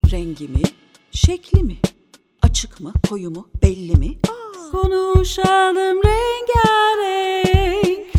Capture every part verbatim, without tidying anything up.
Rengi mi, şekli mi? Açık mı, koyu mu, belli mi? Aa, konuşalım rengarenk,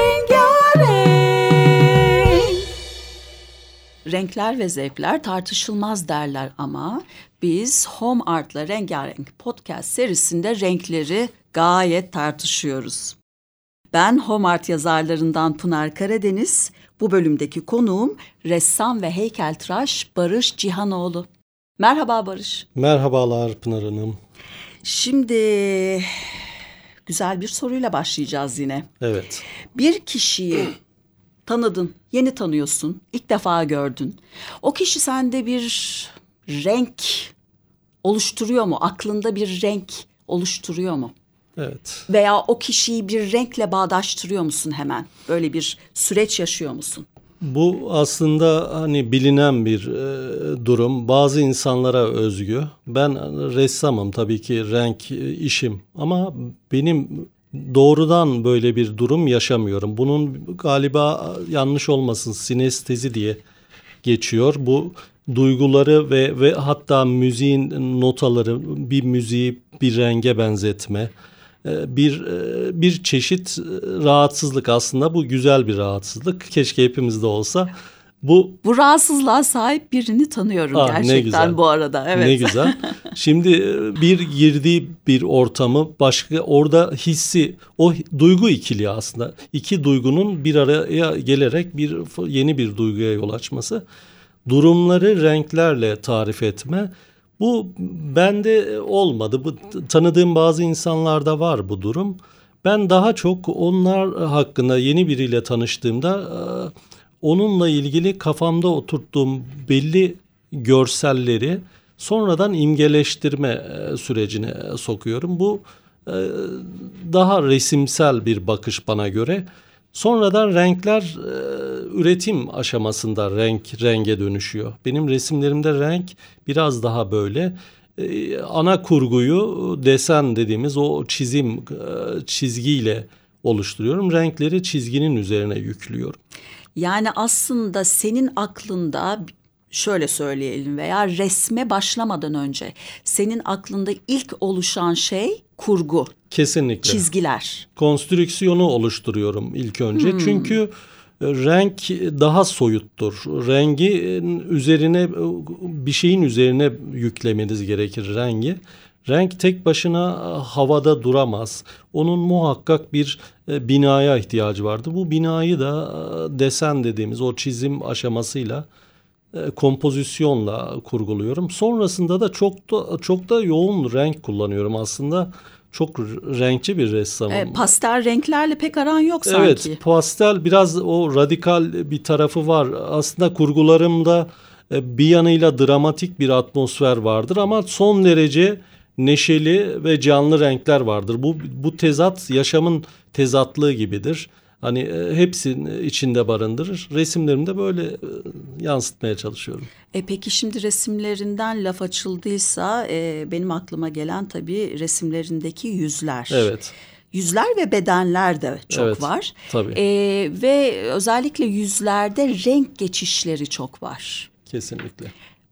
rengarenk. Renkler ve zevkler tartışılmaz derler ama biz Home Art'la Rengarenk podcast serisinde renkleri gayet tartışıyoruz. Ben Home Art yazarlarından Pınar Karadeniz, bu bölümdeki konuğum ressam ve heykeltıraş Barış Cihanoğlu. Merhaba Barış. Merhabalar Pınar Hanım. Şimdi güzel bir soruyla başlayacağız yine. Evet. Bir kişiyi tanıdın, yeni tanıyorsun, ilk defa gördün. O kişi sende bir renk oluşturuyor mu? Aklında bir renk oluşturuyor mu? Evet. Veya o kişiyi bir renkle bağdaştırıyor musun hemen? Böyle bir süreç yaşıyor musun? Bu aslında hani bilinen bir e, durum. Bazı insanlara özgü. Ben ressamım, tabii ki renk e, işim. Ama benim doğrudan böyle bir durum yaşamıyorum. Bunun galiba yanlış olmasın sinestezi diye geçiyor. Bu duyguları ve ve hatta müziğin notaları, bir müziği bir renge benzetme. Bir bir çeşit rahatsızlık, aslında bu güzel bir rahatsızlık. Keşke hepimizde olsa. Bu bu rahatsızlığa sahip birini tanıyorum Aa, gerçekten bu arada. Evet. Ne güzel. Şimdi bir girdiği bir ortamı, başka orada hissi, o duygu ikili aslında. İki duygunun bir araya gelerek bir yeni bir duyguya yol açması. Durumları renklerle tarif etme. Bu bende olmadı. Bu, tanıdığım bazı insanlarda var bu durum. Ben daha çok onlar hakkında yeni biriyle tanıştığımda onunla ilgili kafamda oturttuğum belli görselleri sonradan imgeleştirme sürecine sokuyorum. Bu daha resimsel bir bakış bana göre. Sonradan renkler e, üretim aşamasında renk renge dönüşüyor. Benim resimlerimde renk biraz daha böyle e, ana kurguyu desen dediğimiz o çizim e, çizgiyle oluşturuyorum. Renkleri çizginin üzerine yüklüyorum. Yani aslında senin aklında, şöyle söyleyelim, veya resme başlamadan önce senin aklında ilk oluşan şey kurgu. Kesinlikle. Çizgiler. Konstrüksiyonu oluşturuyorum ilk önce. Hmm. Çünkü renk daha soyuttur. Rengi üzerine, bir şeyin üzerine yüklemeniz gerekir rengi. Renk tek başına havada duramaz. Onun muhakkak bir binaya ihtiyacı vardır. Bu binayı da desen dediğimiz o çizim aşamasıyla, kompozisyonla kurguluyorum. Sonrasında da çok da çok da yoğun renk kullanıyorum aslında. Çok renkçi bir ressamım. E, pastel renklerle pek aran yok sanki. Evet, pastel biraz o radikal bir tarafı var. Aslında kurgularımda bir yanıyla dramatik bir atmosfer vardır ama son derece neşeli ve canlı renkler vardır. Bu bu tezat yaşamın tezatlığı gibidir. Hani hepsini içinde barındırır. Resimlerimde böyle yansıtmaya çalışıyorum. E peki şimdi resimlerinden laf açıldıysa e, benim aklıma gelen tabii resimlerindeki yüzler. Evet. Yüzler ve bedenler de çok evet, var. Tabii. E, ve özellikle yüzlerde renk geçişleri çok var. Kesinlikle.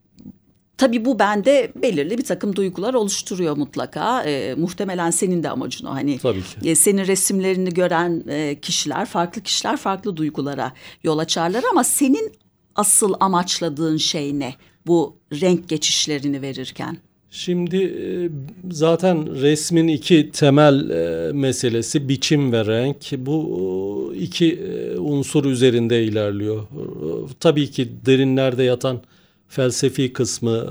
Tabii bu bende belirli bir takım duygular oluşturuyor mutlaka. E, muhtemelen senin de amacın o. Hani Tabii ki. E, senin resimlerini gören e, kişiler, farklı kişiler farklı duygulara yol açarlar. Ama senin asıl amaçladığın şey ne? Bu renk geçişlerini verirken. Şimdi zaten resmin iki temel meselesi biçim ve renk. Bu iki unsur üzerinde ilerliyor. Tabii ki derinlerde yatan felsefi kısmı,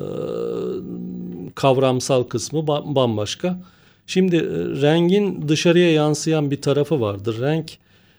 kavramsal kısmı bambaşka. Şimdi rengin dışarıya yansıyan bir tarafı vardır. Renk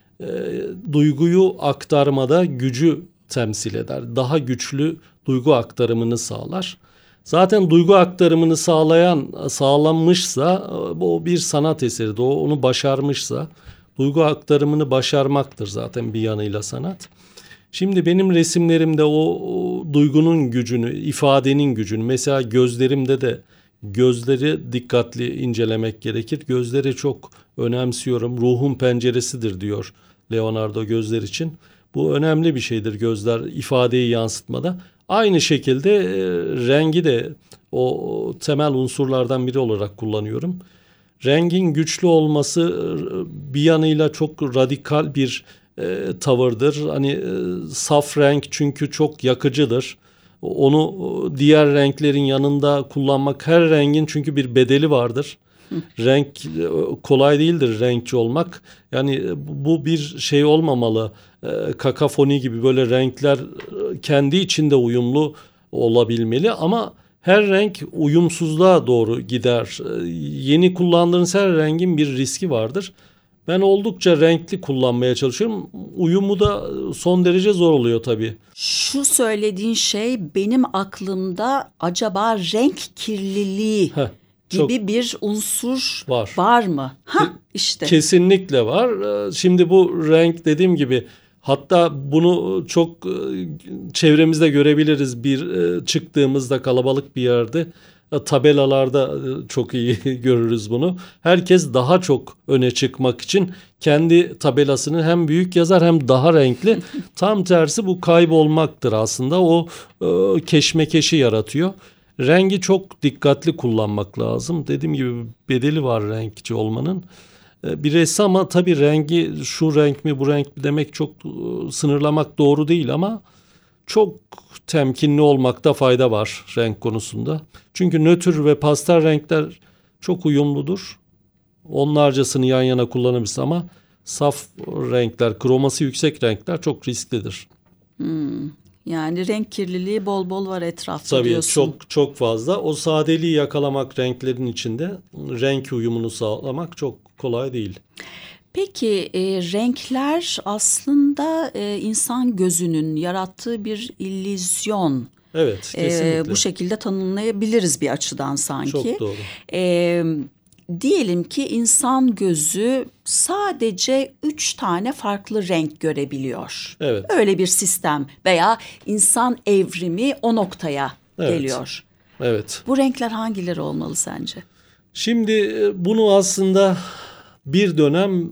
duyguyu aktarmada gücü temsil eder. Daha güçlü duygu aktarımını sağlar. Zaten duygu aktarımını sağlayan, sağlanmışsa o bir sanat eseridir. O onu başarmışsa duygu aktarımını başarmaktır zaten bir yanıyla sanat. Şimdi benim resimlerimde o, o duygunun gücünü, ifadenin gücünü, mesela gözlerimde de gözleri dikkatli incelemek gerekir. Gözleri çok önemsiyorum. Ruhun penceresidir diyor Leonardo gözler için. Bu önemli bir şeydir, gözler ifadeyi yansıtmada. Aynı şekilde e, rengi de o temel unsurlardan biri olarak kullanıyorum. Rengin güçlü olması e, bir yanıyla çok radikal bir e, tavırdır. Hani e, saf renk çünkü çok yakıcıdır. Onu diğer renklerin yanında kullanmak, her rengin çünkü bir bedeli vardır. Renk kolay değildir renkçi olmak. Yani bu bir şey olmamalı. Kakafoni gibi böyle renkler kendi içinde uyumlu olabilmeli ama her renk uyumsuzluğa doğru gider. Yeni kullandığınız her rengin bir riski vardır. Ben oldukça renkli kullanmaya çalışıyorum. Uyumu da son derece zor oluyor tabii. Şu söylediğin şey benim aklımda acaba renk kirliliği Heh, gibi çok bir unsur var. var mı? Ha işte. Kesinlikle var. Şimdi bu renk dediğim gibi, hatta bunu çok çevremizde görebiliriz. Bir çıktığımızda kalabalık bir yerde tabelalarda çok iyi görürüz bunu. Herkes daha çok öne çıkmak için kendi tabelasını hem büyük yazar hem daha renkli. Tam tersi bu kaybolmaktır aslında. O e, keşmekeşi yaratıyor. Rengi çok dikkatli kullanmak lazım. Dediğim gibi bedeli var renkçi olmanın. Bir ressama tabii rengi şu renk mi bu renk mi demek çok sınırlamak doğru değil ama çok temkinli olmakta fayda var renk konusunda. Çünkü nötr ve pastel renkler çok uyumludur. Onlarcasını yan yana kullanabiliriz ama saf renkler, kroması yüksek renkler çok risklidir. Hmm. Yani renk kirliliği bol bol var etrafta Tabii diyorsun. çok çok fazla. O sadeliği yakalamak renklerin içinde, renk uyumunu sağlamak çok kolay değil. Peki e, renkler aslında e, insan gözünün yarattığı bir illüzyon. Evet, kesinlikle. E, bu şekilde tanımlayabiliriz bir açıdan sanki. Çok doğru. E, diyelim ki insan gözü sadece üç tane farklı renk görebiliyor. Evet. Öyle bir sistem veya insan evrimi o noktaya Evet. geliyor. Evet. Bu renkler hangileri olmalı sence? Şimdi bunu aslında bir dönem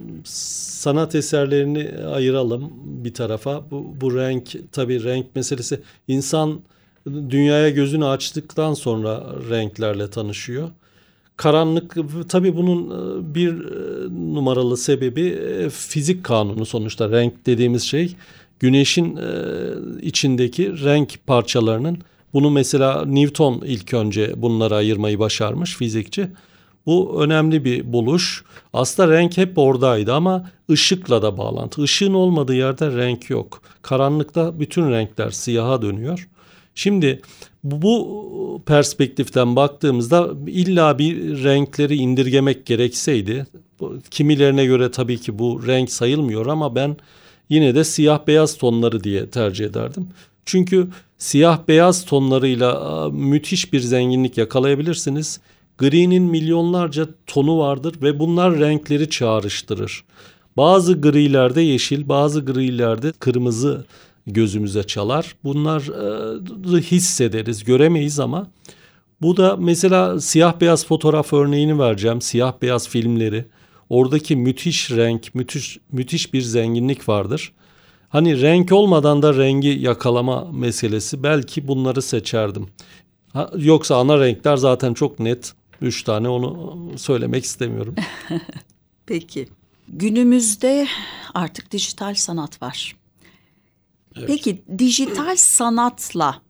sanat eserlerini ayıralım bir tarafa. Bu, bu renk, tabii renk meselesi, insan dünyaya gözünü açtıktan sonra renklerle tanışıyor. Karanlık, tabii bunun bir numaralı sebebi fizik kanunu. Sonuçta renk dediğimiz şey güneşin içindeki renk parçalarının, bunu mesela Newton ilk önce bunları ayırmayı başarmış, fizikçi. Bu önemli bir buluş. Aslında renk hep oradaydı ama ışıkla da bağlantı. Işığın olmadığı yerde renk yok. Karanlıkta bütün renkler siyaha dönüyor. Şimdi bu perspektiften baktığımızda illa bir renkleri indirgemek gerekseydi, kimilerine göre tabii ki bu renk sayılmıyor ama ben yine de siyah beyaz tonları diye tercih ederdim. Çünkü siyah beyaz tonlarıyla müthiş bir zenginlik yakalayabilirsiniz. Gri'nin milyonlarca tonu vardır ve bunlar renkleri çağrıştırır. Bazı grilerde yeşil, bazı grilerde kırmızı gözümüze çalar. Bunları hissederiz, göremeyiz ama bu da mesela siyah beyaz fotoğraf örneğini vereceğim. Siyah beyaz filmleri. Oradaki müthiş renk, müthiş müthiş bir zenginlik vardır. Hani renk olmadan da rengi yakalama meselesi, belki bunları seçerdim. Ha, yoksa ana renkler zaten çok net. Üç tane, onu söylemek istemiyorum. Peki. Günümüzde artık dijital sanat var. Evet. Peki dijital sanatla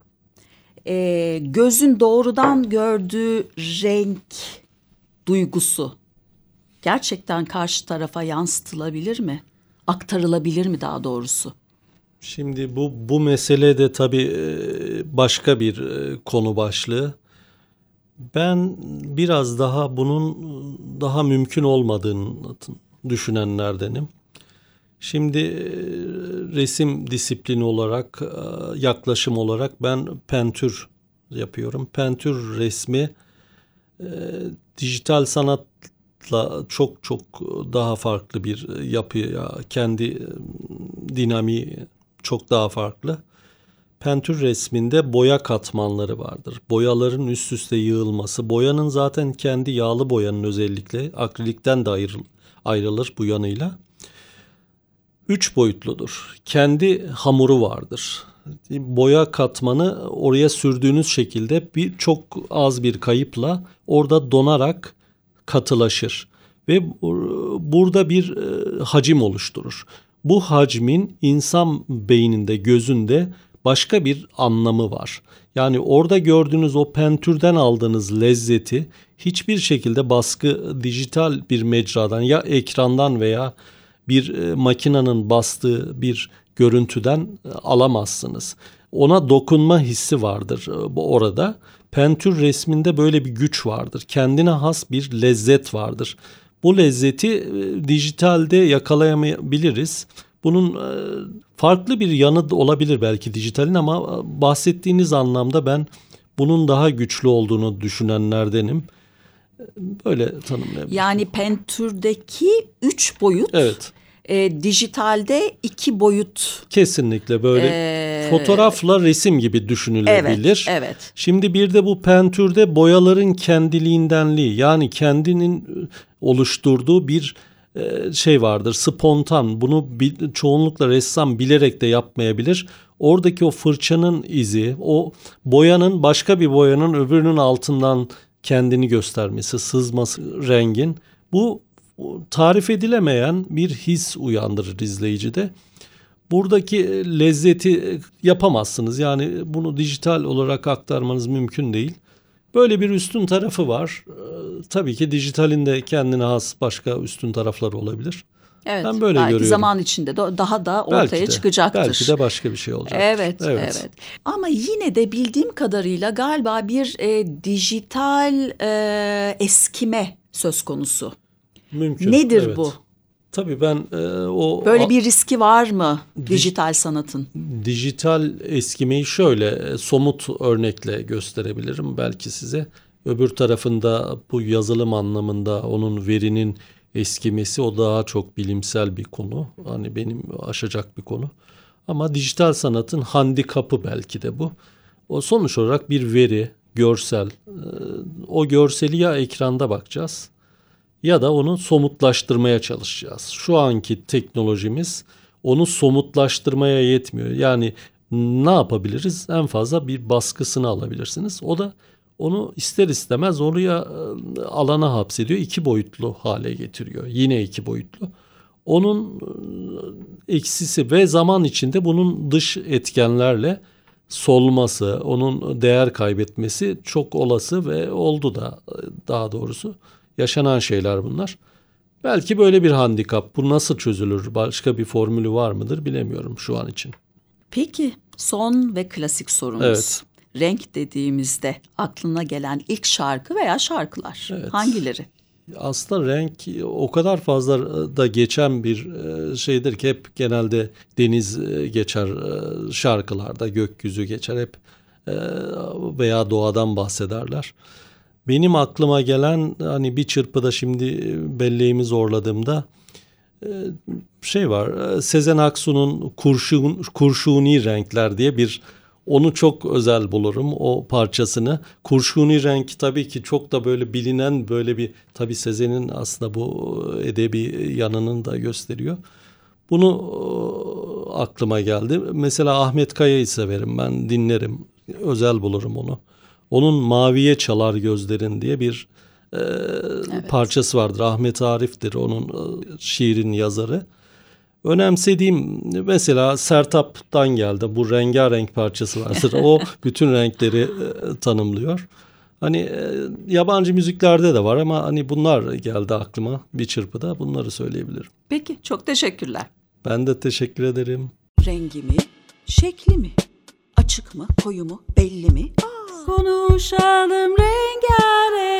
e, gözün doğrudan gördüğü renk duygusu gerçekten karşı tarafa yansıtılabilir mi? Aktarılabilir mi daha doğrusu? Şimdi bu bu mesele de tabii başka bir konu başlığı. Ben biraz daha bunun daha mümkün olmadığını düşünenlerdenim. Şimdi resim disiplini olarak, yaklaşım olarak ben pentür yapıyorum. Pentür resmi dijital sanatla çok çok daha farklı bir yapıya, kendi dinamiği çok daha farklı. Pentür resminde boya katmanları vardır. Boyaların üst üste yığılması. Boyanın zaten kendi, yağlı boyanın özellikle akrilikten de ayrıl, ayrılır bu yanıyla. üç boyutludur. Kendi hamuru vardır. Boya katmanı oraya sürdüğünüz şekilde bir çok az bir kayıpla orada donarak katılaşır ve burada bir hacim oluşturur. Bu hacmin insan beyninde, gözünde başka bir anlamı var. Yani orada gördüğünüz o pentürden aldığınız lezzeti hiçbir şekilde baskı dijital bir mecradan ya ekrandan veya bir makinenin bastığı bir görüntüden alamazsınız. Ona dokunma hissi vardır orada. Pentür resminde böyle bir güç vardır. Kendine has bir lezzet vardır. Bu lezzeti dijitalde yakalayamayabiliriz. Bunun farklı bir yanı olabilir belki dijitalin ama bahsettiğiniz anlamda ben bunun daha güçlü olduğunu düşünenlerdenim. Böyle tanımlayabilirim. Yani pentürdeki üç boyut, evet. e, dijitalde iki boyut. Kesinlikle böyle ee, fotoğrafla resim gibi düşünülebilir. Evet, evet. Şimdi bir de bu pentürde boyaların kendiliğindenliği, yani kendinin oluşturduğu bir şey vardır, spontan. Bunu çoğunlukla ressam bilerek de yapmayabilir. Oradaki o fırçanın izi, o boyanın başka bir boyanın öbürünün altından kendini göstermesi, sızması rengin, bu tarif edilemeyen bir his uyandırır izleyicide. Buradaki lezzeti yapamazsınız. Yani bunu dijital olarak aktarmanız mümkün değil. Böyle bir üstün tarafı var. Ee, tabii ki dijitalin de kendine has başka üstün tarafları olabilir. Evet, ben böyle belki görüyorum. Zaman içinde de daha da ortaya belki de, çıkacaktır. Belki de başka bir şey olacak. Evet, evet, evet. Ama yine de bildiğim kadarıyla galiba bir e, dijital e, eskime söz konusu. Mümkün. Nedir evet. bu? Tabii ben e, o... Böyle bir riski var mı dijital sanatın? Dijital eskimeyi şöyle e, somut örnekle gösterebilirim belki size. Öbür tarafında bu yazılım anlamında onun verinin eskimesi, o daha çok bilimsel bir konu. Hani benim aşacak bir konu. Ama dijital sanatın handikapı belki de bu. O sonuç olarak bir veri, görsel. E, o görseli ya ekranda bakacağız ya da onu somutlaştırmaya çalışacağız. Şu anki teknolojimiz onu somutlaştırmaya yetmiyor. Yani ne yapabiliriz? En fazla bir baskısını alabilirsiniz. O da onu ister istemez oraya alana hapsediyor. İki boyutlu hale getiriyor. Yine iki boyutlu. Onun eksisi ve zaman içinde bunun dış etkenlerle solması, onun değer kaybetmesi çok olası ve oldu da daha doğrusu. Yaşanan şeyler bunlar. Belki böyle bir handikap. Bu nasıl çözülür? Başka bir formülü var mıdır bilemiyorum şu an için. Peki son ve klasik sorumuz. Evet. Renk dediğimizde aklına gelen ilk şarkı veya şarkılar evet. hangileri? Aslında renk o kadar fazla da geçen bir şeydir ki hep genelde deniz geçer şarkılarda, gökyüzü geçer hep veya doğadan bahsederler. Benim aklıma gelen hani bir çırpıda şimdi belleğimi zorladığımda şey var. Sezen Aksu'nun Kurşun, Kurşuni Renkler diye bir, onu çok özel bulurum o parçasını. Kurşuni renk tabii ki çok da böyle bilinen, böyle bir, tabii Sezen'in aslında bu edebi yanının da gösteriyor. Bunu aklıma geldi. Mesela Ahmet Kaya'yı severim ben, dinlerim. Özel bulurum onu. Onun Maviye Çalar Gözlerin diye bir e, evet. parçası vardır. Ahmet Arif'tir onun e, şiirin yazarı. Önemsediğim mesela Sertab'dan geldi. Bu Rengarenk parçası vardır. O bütün renkleri e, tanımlıyor. Hani e, yabancı müziklerde de var ama hani bunlar geldi aklıma bir çırpıda. Bunları söyleyebilirim. Peki, çok teşekkürler. Ben de teşekkür ederim. Rengi mi, şekli mi, açık mı, koyu mu, belli mi? Aa! Konuşalım rengarenk.